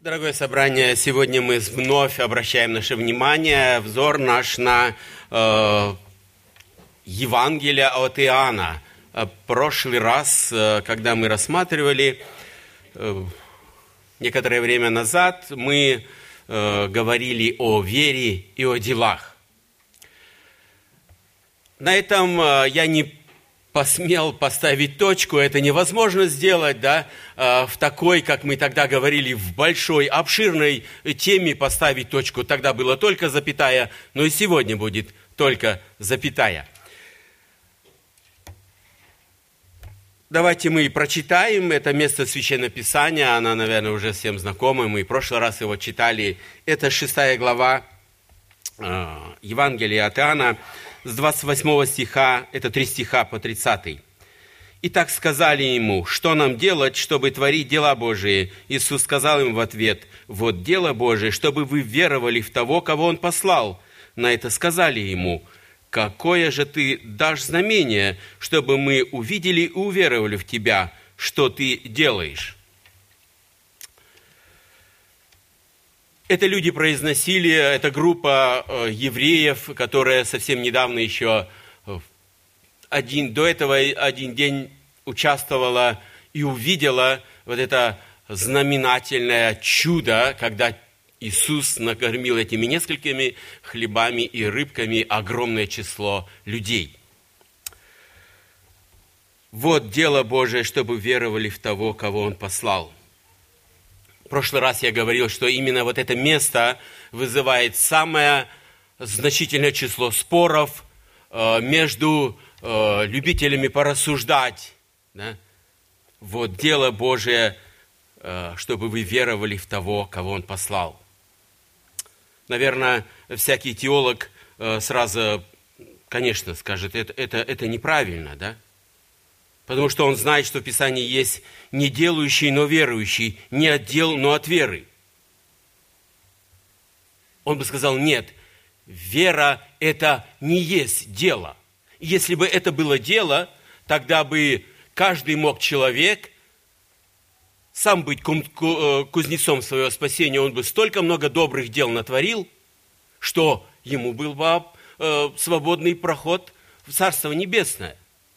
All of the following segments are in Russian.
Дорогое собрание, сегодня мы вновь обращаем наше внимание, взор наш на Евангелие от Иоанна. Прошлый раз, когда мы рассматривали, некоторое время назад, мы говорили о вере и о делах. На этом я не посмел поставить точку, это невозможно сделать, да, в такой, как мы тогда говорили, в большой, обширной теме поставить точку. Тогда было только запятая, но и сегодня будет только запятая. Давайте мы прочитаем это место Священного Писания, она, наверное, уже всем знакома, мы в прошлый раз его читали. Это 6 глава Евангелия от Иоанна, с 28 стиха, это 3 стиха по 30. «Итак сказали ему, что нам делать, чтобы творить дела Божии? Иисус сказал им в ответ, вот дело Божие, чтобы вы веровали в того, кого Он послал. На это сказали ему, какое же ты дашь знамение, чтобы мы увидели и уверовали в тебя, что ты делаешь?» Это люди произносили, это группа евреев, которая совсем недавно еще, до этого один день участвовала и увидела вот это знаменательное чудо, когда Иисус накормил этими несколькими хлебами и рыбками огромное число людей. Вот дело Божие, чтобы веровали в того, кого Он послал. В прошлый раз я говорил, что именно вот это место вызывает самое значительное число споров между любителями порассуждать. Да? Вот дело Божие, чтобы вы веровали в того, кого Он послал. Наверное, всякий теолог сразу, конечно, скажет, это неправильно, да? Потому что он знает, что в Писании есть не делающий, но верующий, не от дел, но от веры. Он бы сказал, нет, вера – это не есть дело. Если бы это было дело, тогда бы каждый человек сам быть кузнецом своего спасения, он бы столько много добрых дел натворил, что ему был бы свободный проход в Царство Небесное.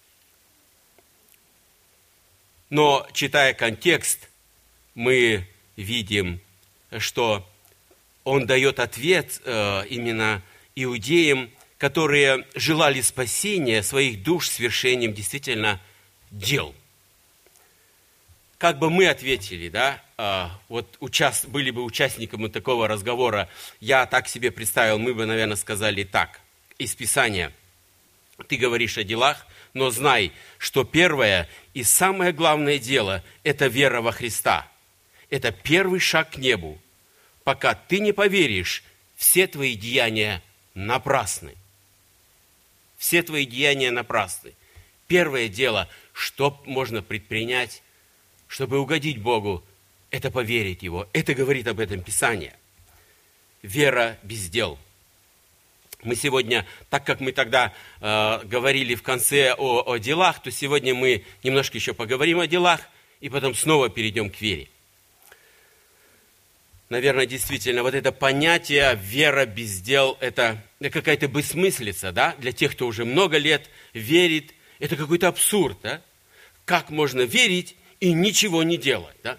Но, читая контекст, мы видим, что он дает ответ именно иудеям, которые желали спасения своих душ свершением действительно дел. Как бы мы ответили, да, были бы участниками такого разговора, я так себе представил, мы бы, наверное, сказали так, из Писания. Ты говоришь о делах, но знай, что первое и самое главное дело – это вера во Христа. Это первый шаг к небу. Пока ты не поверишь, все твои деяния напрасны. Все твои деяния напрасны. Первое дело, что можно предпринять, чтобы угодить Богу, это поверить Его. Это говорит об этом Писание. Вера без дел. Мы сегодня, так как мы тогда говорили в конце о делах, то сегодня мы немножко еще поговорим о делах, и потом снова перейдем к вере. Наверное, действительно, вот это понятие вера без дел, это какая-то бессмыслица, да? Для тех, кто уже много лет верит, это какой-то абсурд, да? Как можно верить и ничего не делать, да?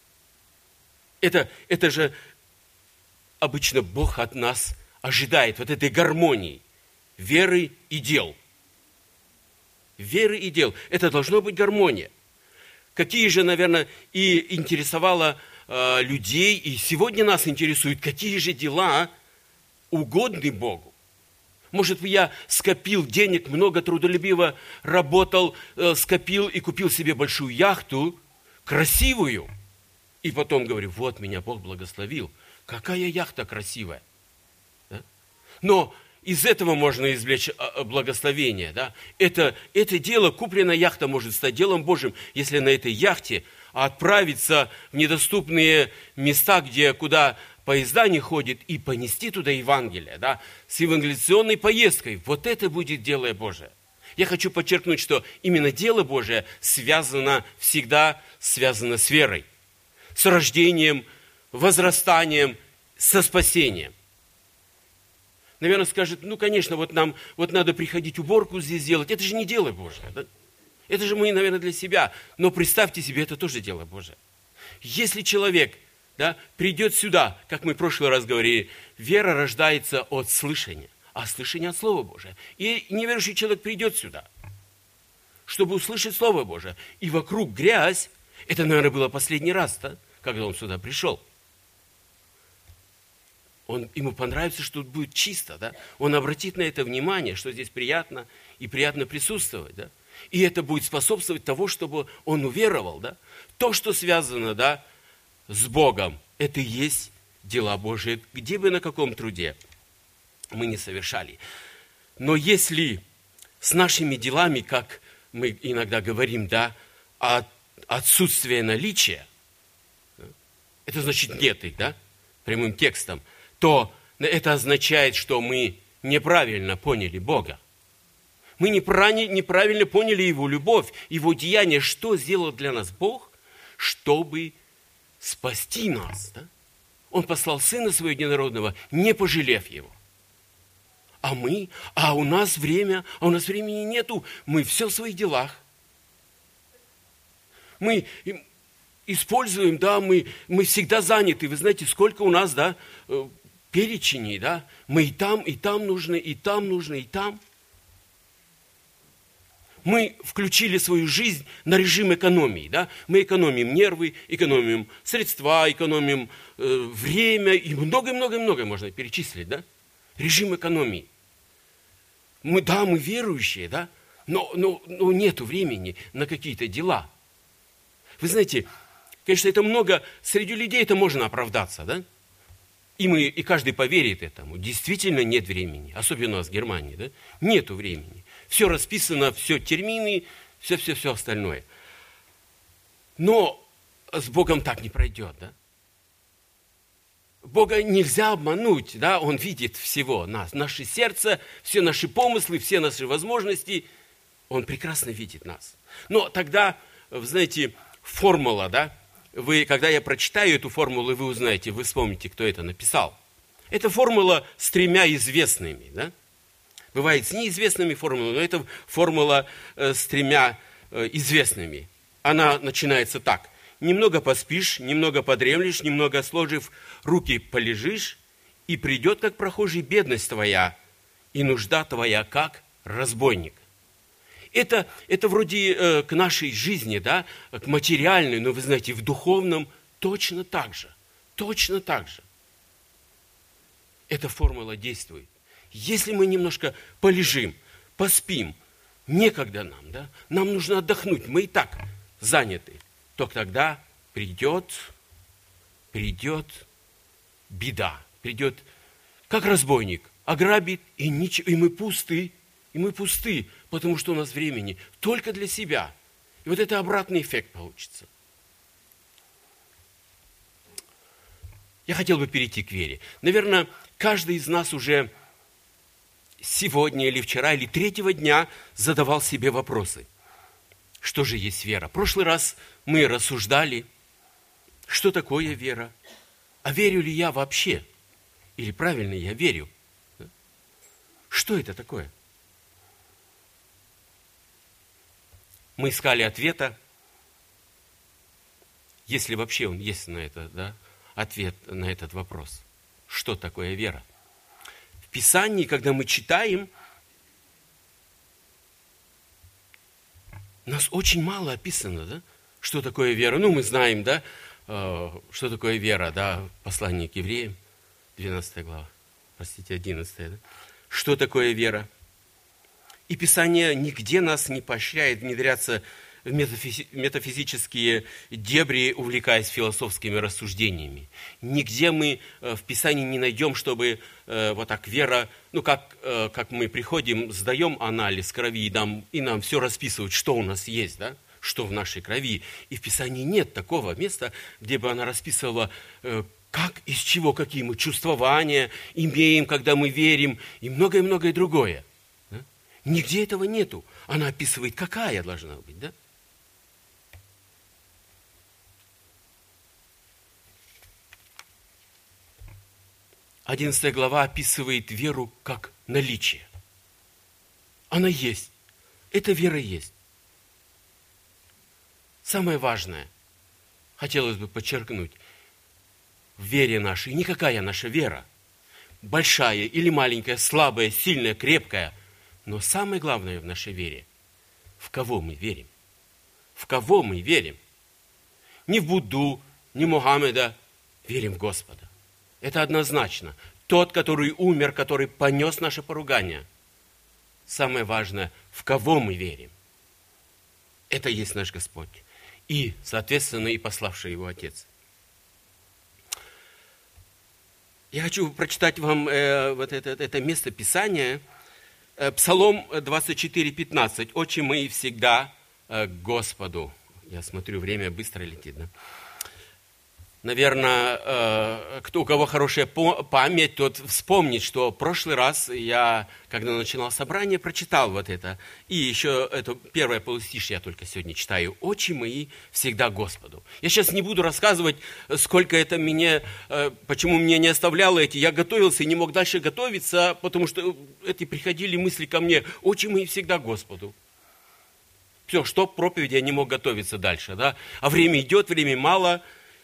Это же обычно Бог от нас ожидает вот этой гармонии веры и дел. Веры и дел. Это должно быть гармония. Какие же, наверное, и интересовало людей, и сегодня нас интересует, какие же дела угодны Богу. Может быть, я скопил денег, много трудолюбиво работал, скопил и купил себе большую яхту, красивую, и потом говорю, вот меня Бог благословил. Какая яхта красивая. Но из этого можно извлечь благословение. Да? Это дело, купленная яхта может стать делом Божьим, если на этой яхте отправиться в недоступные места, куда поезда не ходят, и понести туда Евангелие, да? С евангелизационной поездкой. Вот это будет дело Божие. Я хочу подчеркнуть, что именно дело Божие всегда связано с верой, с рождением возрастанием, со спасением. Наверное, скажет, ну, конечно, вот нам вот надо приходить уборку здесь делать. Это же не дело Божие. Да? Это же мы, наверное, для себя. Но представьте себе, это тоже дело Божие. Если человек, да, придет сюда, как мы в прошлый раз говорили, вера рождается от слышания, а слышание от Слова Божия. И неверующий человек придет сюда, чтобы услышать Слово Божие. И вокруг грязь. Это, наверное, было последний раз, да, когда он сюда пришел. Ему понравится, что тут будет чисто, да? Он обратит на это внимание, что здесь приятно и приятно присутствовать, да? И это будет способствовать тому, чтобы он уверовал, да? То, что связано, да, с Богом, это и есть дела Божии, где бы на каком труде мы не совершали. Но если с нашими делами, как мы иногда говорим, да, отсутствие наличия, это значит нет их, да, прямым текстом, то это означает, что мы неправильно поняли Бога. Мы неправильно поняли Его любовь, Его деяние, что сделал для нас Бог, чтобы спасти нас. Да? Он послал Сына Своего Единородного, не пожалев Его. А у нас времени нету, мы все в своих делах. Мы используем, да, мы всегда заняты. Вы знаете, сколько у нас, да, переченей, да, мы и там нужны, и там нужны, и там. Мы включили свою жизнь на режим экономии, да, мы экономим нервы, экономим средства, экономим время, и многое-многое-многое можно перечислить, да, режим экономии. Мы верующие, да, но нету времени на какие-то дела. Вы знаете, конечно, это много, среди людей это можно оправдаться, да, и каждый поверит этому. Действительно нет времени, особенно у нас в Германии, да? Нету времени. Все расписано, все термины, все остальное. Но с Богом так не пройдет, да? Бога нельзя обмануть, да? Он видит всего нас, наше сердце, все наши помыслы, все наши возможности. Он прекрасно видит нас. Но тогда, вы знаете, формула, да? Когда я прочитаю эту формулу, вы узнаете, вы вспомните, кто это написал. Это формула с 3 известными. Да? Бывает с неизвестными формулами, но это формула с 3 известными. Она начинается так. Немного поспишь, немного подремлешь, немного сложив руки полежишь, и придет, как прохожий, бедность твоя, и нужда твоя, как разбойник. Это вроде к нашей жизни, да, к материальной, но вы знаете, в духовном точно так же. Точно так же. Эта формула действует. Если мы немножко полежим, поспим, некогда нам, да, нам нужно отдохнуть, мы и так заняты, то тогда придет беда, придет как разбойник, ограбит, и мы пусты. И мы пусты, потому что у нас времени только для себя. И вот это обратный эффект получится. Я хотел бы перейти к вере. Наверное, каждый из нас уже сегодня или вчера, или 3-го дня задавал себе вопросы. Что же есть вера? В прошлый раз мы рассуждали, что такое вера. А верю ли я вообще? Или правильно я верю? Что это такое? Мы искали ответа, если вообще он есть на это, да, ответ на этот вопрос. Что такое вера? В Писании, когда мы читаем, у нас очень мало описано, да, что такое вера. Ну, мы знаем, да, что такое вера, да, послание к евреям, 12 глава, 11, да. Что такое вера? И Писание нигде нас не поощряет внедряться в метафизические дебри, увлекаясь философскими рассуждениями. Нигде мы в Писании не найдем, чтобы вот так вера, ну как мы приходим, сдаем анализ крови, и нам все расписывают, что у нас есть, да? Что в нашей крови. И в Писании нет такого места, где бы она расписывала, как, из чего, какие мы чувствования имеем, когда мы верим, и многое-многое другое. Нигде этого нету. Она описывает, какая должна быть, да? 11 глава описывает веру как наличие. Она есть. Эта вера есть. Самое важное, хотелось бы подчеркнуть, в вере нашей, никакая наша вера, большая или маленькая, слабая, сильная, крепкая, но самое главное в нашей вере, в кого мы верим. В кого мы верим. Не в Будду, не в Мухаммеда, верим в Господа. Это однозначно. Тот, который умер, который понес наше поругание. Самое важное, в кого мы верим. Это есть наш Господь. И, соответственно, и пославший Его Отец. Я хочу прочитать вам вот это место Писания. Псалом 24:15. «Очи мои всегда к Господу». Я смотрю, время быстро летит, да? Наверное, у кого хорошая память, тот вспомнит, что в прошлый раз я, когда начинал собрание, прочитал вот это. И еще это первое полустишье я только сегодня читаю. «Очи мои всегда Господу». Я сейчас не буду рассказывать, сколько это мне, почему меня не оставляло эти. Я готовился и не мог дальше готовиться, потому что эти приходили мысли ко мне. «Очи мои всегда Господу». Все, что в проповеди я не мог готовиться дальше, да? А время идет, времени мало.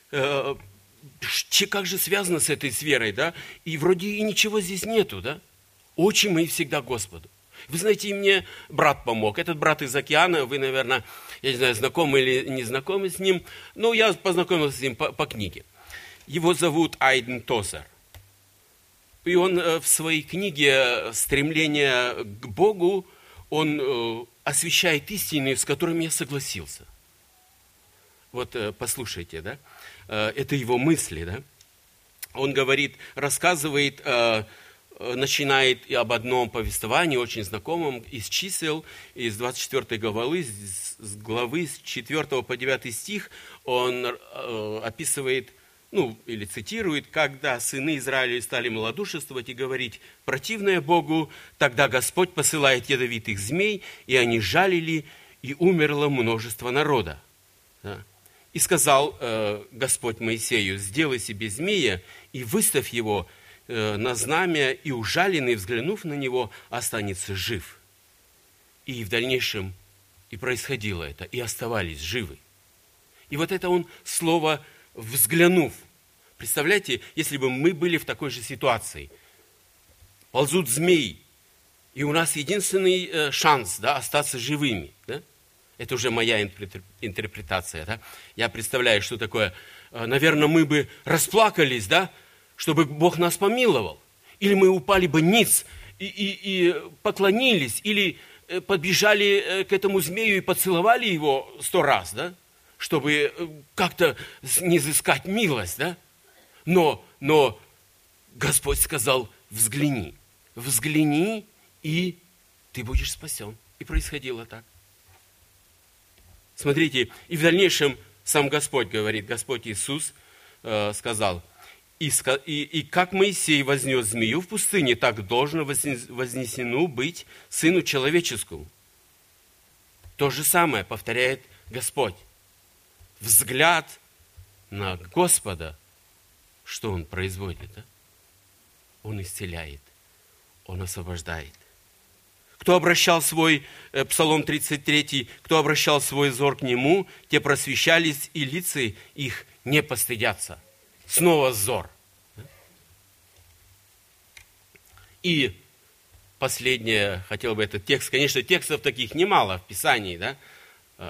Как же связано с этой верой, да? И вроде и ничего здесь нету, да? Очи мои всегда Господу. Вы знаете, и мне брат помог. Этот брат из океана, вы, наверное, я не знаю, знакомы или не знакомы с ним, но я познакомился с ним по книге. Его зовут Айден Тозер. И он в своей книге «Стремление к Богу», он освещает истины, с которыми я согласился. Вот послушайте, да? Это его мысли, да? Он говорит, рассказывает, начинает об одном повествовании, очень знакомом, из чисел, из 24 главы, с главы с 4 по 9 стих, он описывает, или цитирует, когда сыны Израиля стали малодушествовать и говорить противное Богу, тогда Господь посылает ядовитых змей, и они жалили, и умерло множество народа. Да? И сказал Господь Моисею: сделай себе змея и выставь его на знамя, и ужаленный, взглянув на него, останется жив. И в дальнейшем и происходило это, и оставались живы. И вот это он слово «взглянув». Представляете, если бы мы были в такой же ситуации. Ползут змеи, и у нас единственный шанс, да, остаться живыми, да? Это уже моя интерпретация. Да? Я представляю, что такое. Наверное, мы бы расплакались, да, чтобы Бог нас помиловал. Или мы упали бы ниц и поклонились, или подбежали к этому змею и поцеловали его 100 раз, да, чтобы как-то снизыскать милость. Да? Но Господь сказал: взгляни, взгляни, и ты будешь спасен. И происходило так. Смотрите, и в дальнейшем сам Господь говорит, Господь Иисус сказал: и как Моисей вознес змею в пустыне, так должно вознесено быть Сыну Человеческому. То же самое повторяет Господь. Взгляд на Господа, что Он производит? Да? Он исцеляет, Он освобождает. Кто обращал свой, Псалом 33, кто обращал свой взор к Нему, те просвещались, и лица их не постыдятся. Снова взор. И последнее, хотел бы этот текст, конечно, текстов таких немало в Писании, да? К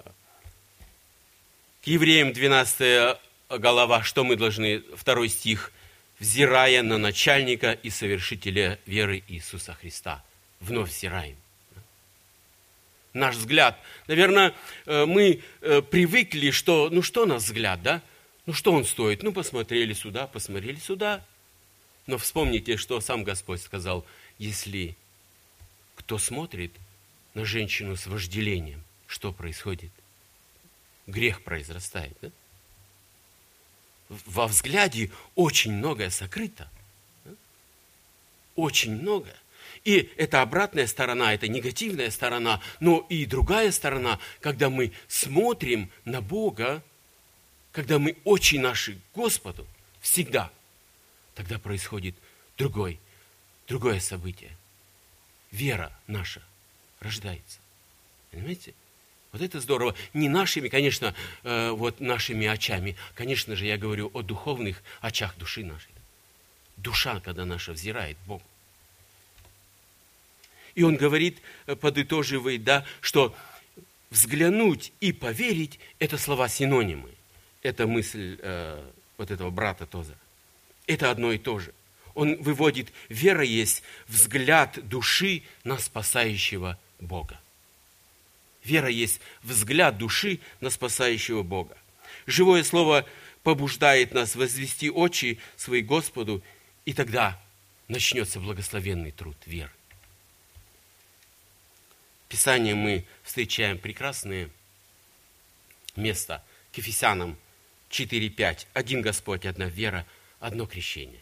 Евреям 12 глава, что мы должны, 2 стих, взирая на начальника и совершителя веры Иисуса Христа. Вновь взираем. Наш взгляд. Наверное, мы привыкли, что, что наш взгляд, да? Что он стоит? Посмотрели сюда, посмотрели сюда. Но вспомните, что сам Господь сказал: если кто смотрит на женщину с вожделением, что происходит? Грех произрастает, да? Во взгляде очень многое сокрыто. Очень многое. И это обратная сторона, это негативная сторона, но и другая сторона, когда мы смотрим на Бога, когда мы очи наши Господу всегда, тогда происходит другое событие. Вера наша рождается. Понимаете? Вот это здорово. Не нашими, конечно, вот нашими очами. Конечно же, я говорю о духовных очах души нашей. Душа, когда наша взирает Богу. И он говорит, подытоживает, да, что взглянуть и поверить – это слова-синонимы. Это мысль вот этого брата Тоза. Это одно и то же. Он выводит, вера есть взгляд души на спасающего Бога. Вера есть взгляд души на спасающего Бога. Живое слово побуждает нас возвести очи свои Господу, и тогда начнется благословенный труд веры. В Писании мы встречаем прекрасные места к Ефесянам 4:5. Один Господь, одна вера, одно крещение.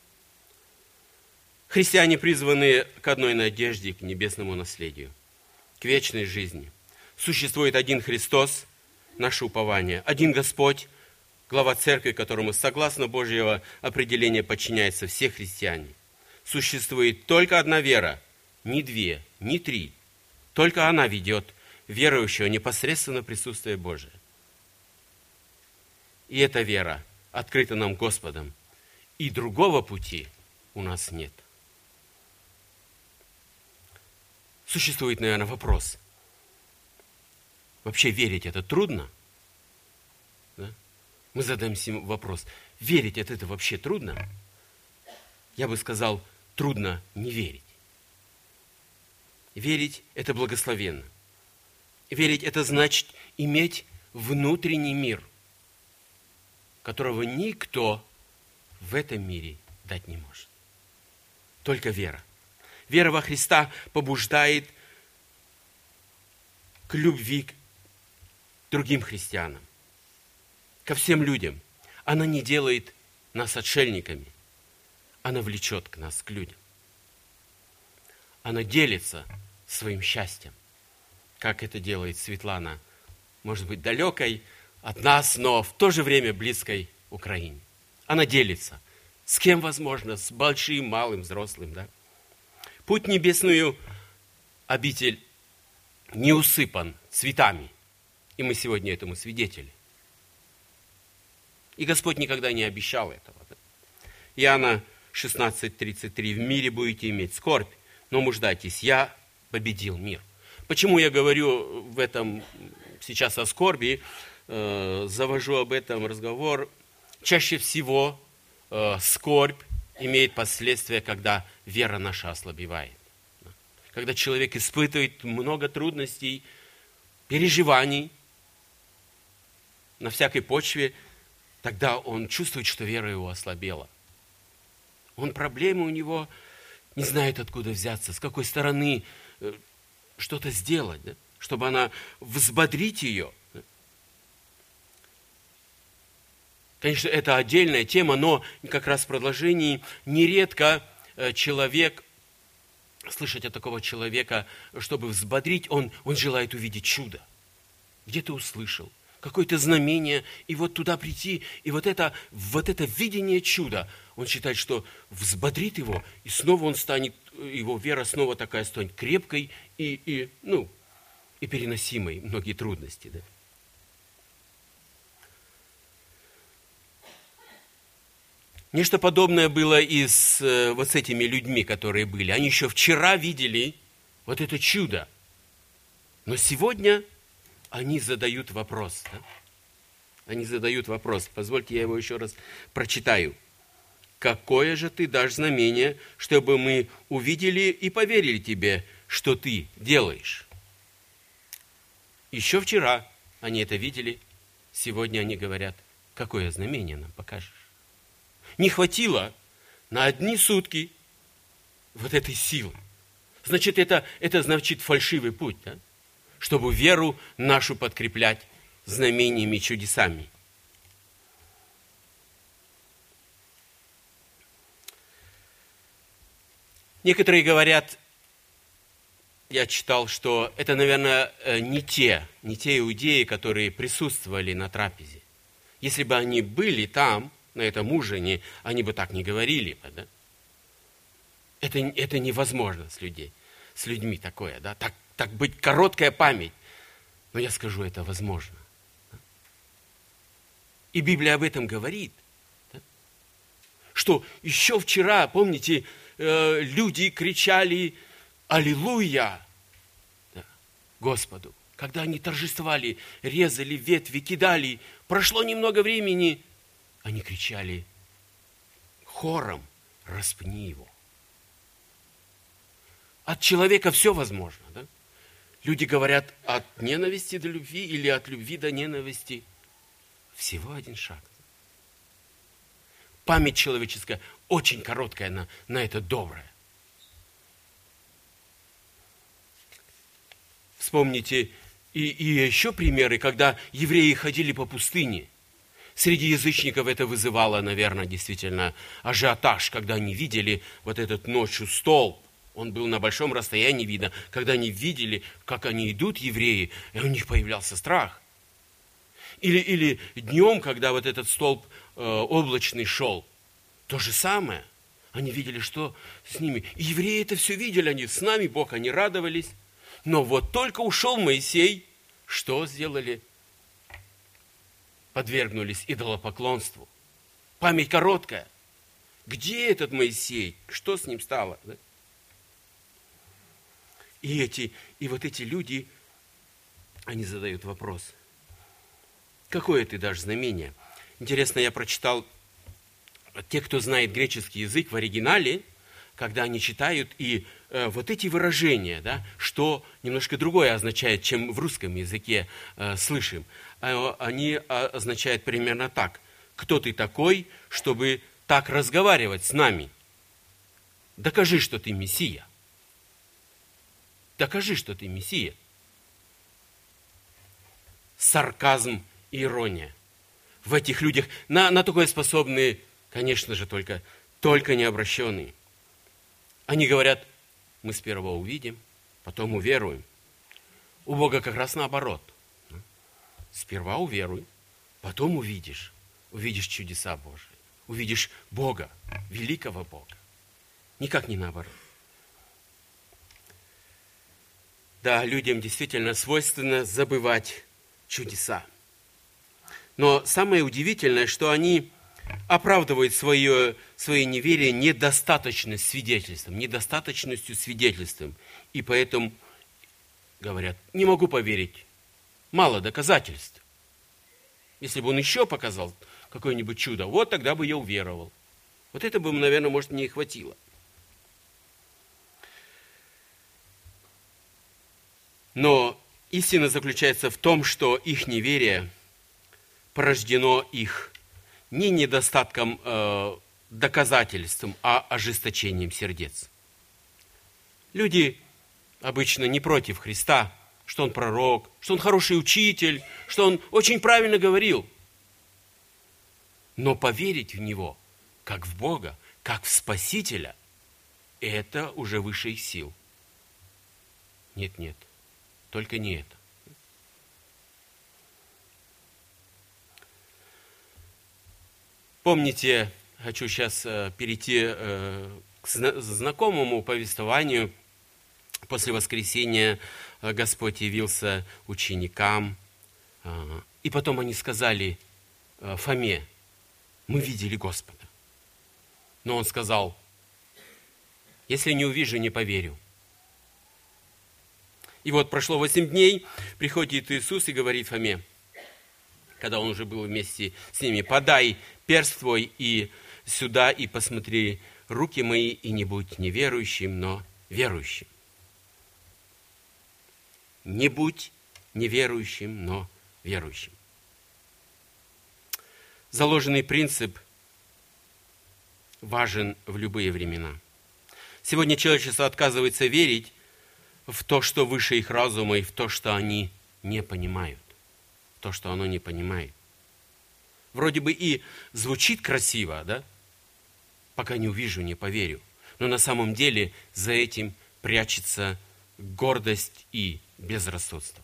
Христиане призваны к одной надежде, к небесному наследию, к вечной жизни. Существует один Христос, наше упование, один Господь, глава церкви, которому согласно Божьего определения подчиняются все христиане. Существует только одна вера, не две, не три. Только она ведет верующего непосредственно в присутствие Божие. И эта вера открыта нам Господом. И другого пути у нас нет. Существует, наверное, вопрос. Вообще верить это трудно? Да? Мы задаем себе вопрос. Верить это вообще трудно? Я бы сказал, трудно не верить. Верить – это благословенно. Верить – это значит иметь внутренний мир, которого никто в этом мире дать не может. Только вера. Вера во Христа побуждает к любви к другим христианам, ко всем людям. Она не делает нас отшельниками, она влечет к нас, к людям. Она делится своим счастьем, как это делает Светлана, может быть, далекой от нас, но в то же время близкой Украине. Она делится. С кем возможно? С большим, малым, взрослым. Да? Путь в небесную обитель не усыпан цветами. И мы сегодня этому свидетели. И Господь никогда не обещал этого. Да? Иоанна 16:33. В мире будете иметь скорбь, но муждайтесь, я победил мир. Почему я говорю в этом сейчас о скорби, завожу об этом разговор? Чаще всего скорбь имеет последствия, когда вера наша ослабевает. Когда человек испытывает много трудностей, переживаний на всякой почве, тогда он чувствует, что вера его ослабела. Проблемы у него не знает, откуда взяться, с какой стороны что-то сделать, да? Чтобы она взбодрить ее. Конечно, это отдельная тема, но как раз в продолжении нередко человек, слышать от такого человека, чтобы взбодрить, он желает увидеть чудо. Где-то услышал, какое-то знамение, и вот туда прийти, и вот это видение чуда, он считает, что взбодрит его, и снова он станет, его вера снова такая станет крепкой и переносимой, многие трудности. Да? Нечто подобное было и с этими людьми, которые были. Они еще вчера видели вот это чудо. Но сегодня они задают вопрос. Да? Они задают вопрос. Позвольте, я его еще раз прочитаю. «Какое же ты дашь знамение, чтобы мы увидели и поверили тебе, что ты делаешь?» Еще вчера они это видели. Сегодня они говорят, какое знамение нам покажешь? Не хватило на одни сутки вот этой силы. Значит, это значит фальшивый путь, да? Чтобы веру нашу подкреплять знамениями и чудесами. Некоторые говорят, я читал, что это, наверное, не те иудеи, которые присутствовали на трапезе. Если бы они были там, на этом ужине, они бы так не говорили. Да? Это невозможно с людьми такое, да? Так быть короткая память. Но я скажу, это возможно. И Библия об этом говорит. Да? Что еще вчера, помните, люди кричали «Аллилуйя!» да, Господу. Когда они торжествовали, резали ветви, кидали, прошло немного времени, они кричали хором «Распни его!» От человека все возможно. Да? Люди говорят от ненависти до любви или от любви до ненависти. Всего один шаг. Память человеческая очень короткая на это доброе. Вспомните и еще примеры, когда евреи ходили по пустыне. Среди язычников это вызывало, наверное, действительно ажиотаж, когда они видели вот этот ночью столб. Он был на большом расстоянии видно. Когда они видели, как они идут, евреи, и у них появлялся страх. Или днем, когда вот этот столб облачный шел, то же самое. Они видели, что с ними. И евреи это все видели, они с нами, Бог, они радовались. Но вот только ушел Моисей, что сделали? Подвергнулись идолопоклонству. Память короткая. Где этот Моисей? Что с ним стало? Да? И вот эти люди, они задают вопрос. Какое ты дашь знамение? Интересно, я прочитал, те, кто знает греческий язык в оригинале, когда они читают, и вот эти выражения, да, что немножко другое означает, чем в русском языке слышим, они означают примерно так. Кто ты такой, чтобы так разговаривать с нами? Докажи, что ты Мессия. Докажи, что ты Мессия. Сарказм и ирония. В этих людях на такое способны, конечно же, только необращенные. Они говорят, мы сперва увидим, потом уверуем. У Бога как раз наоборот. Сперва уверуй, потом увидишь чудеса Божии. Увидишь Бога, великого Бога. Никак не наоборот. Да, людям действительно свойственно забывать чудеса. Но самое удивительное, что они оправдывают свое неверие недостаточностью свидетельством. И поэтому говорят, не могу поверить, мало доказательств. Если бы он еще показал какое-нибудь чудо, вот тогда бы я уверовал. Вот это бы, наверное, может, мне и хватило. Но истина заключается в том, что их неверие порождено их не недостатком доказательств, а ожесточением сердец. Люди обычно не против Христа, что Он пророк, что Он хороший учитель, что Он очень правильно говорил. Но поверить в Него, как в Бога, как в Спасителя, это уже выше их сил. Нет, только не это. Помните, хочу сейчас перейти к знакомому повествованию. После воскресения Господь явился ученикам, и потом они сказали Фоме, мы видели Господа. Но он сказал, если не увижу, не поверю. И вот прошло 8 дней, приходит Иисус и говорит Фоме, когда он уже был вместе с ними, подай перст твой и сюда, и посмотри руки мои, и не будь неверующим, но верующим. Не будь неверующим, но верующим. Заложенный принцип важен в любые времена. Сегодня человечество отказывается верить в то, что выше их разума, и в то, что они не понимают. То, что оно не понимает. Вроде бы и звучит красиво, да? Пока не увижу, не поверю. Но на самом деле за этим прячется гордость и безрассудство.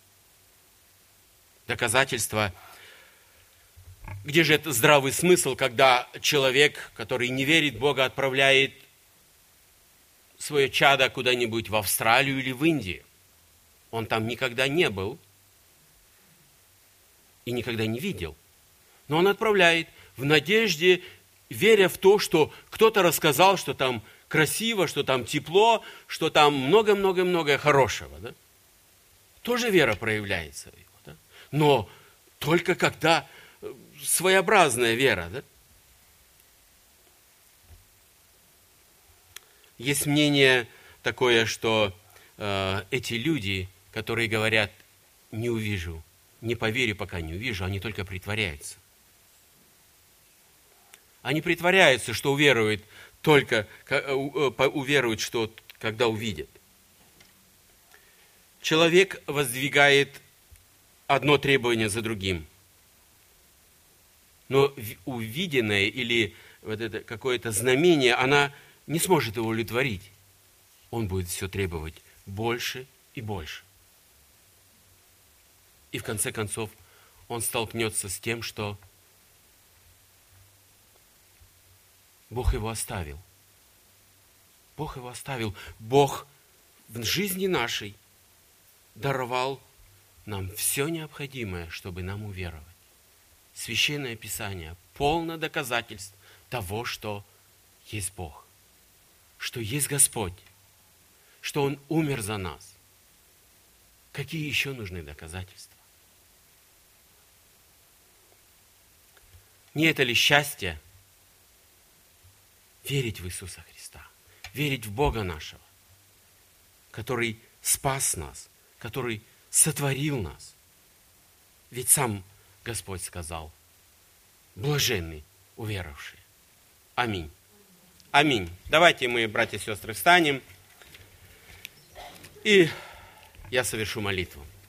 Доказательства. Где же это здравый смысл, когда человек, который не верит в Бога, отправляет свое чадо куда-нибудь в Австралию или в Индию. Он там никогда не был и никогда не видел. Но он отправляет в надежде, веря в то, что кто-то рассказал, что там красиво, что там тепло, что там много-много-много хорошего. Да? Тоже вера проявляется. Да? Но только когда своеобразная вера. Да? Есть мнение такое, что эти люди, которые говорят, не увижу, не поверю, пока не увижу, они только притворяются. Они притворяются, что уверуют только, уверуют, что когда увидят. Человек воздвигает одно требование за другим. Но увиденное или вот это какое-то знамение, она не сможет его удовлетворить. Он будет все требовать больше и больше. И в конце концов он столкнется с тем, что Бог его оставил. Бог его оставил. Бог в жизни нашей даровал нам все необходимое, чтобы нам уверовать. Священное Писание полно доказательств того, что есть Бог, что есть Господь, что Он умер за нас. Какие еще нужны доказательства? Не это ли счастье верить в Иисуса Христа, верить в Бога нашего, который спас нас, который сотворил нас? Ведь сам Господь сказал: блаженны уверовавшие. Аминь. Аминь. Давайте мы, братья и сестры, встанем, и я совершу молитву.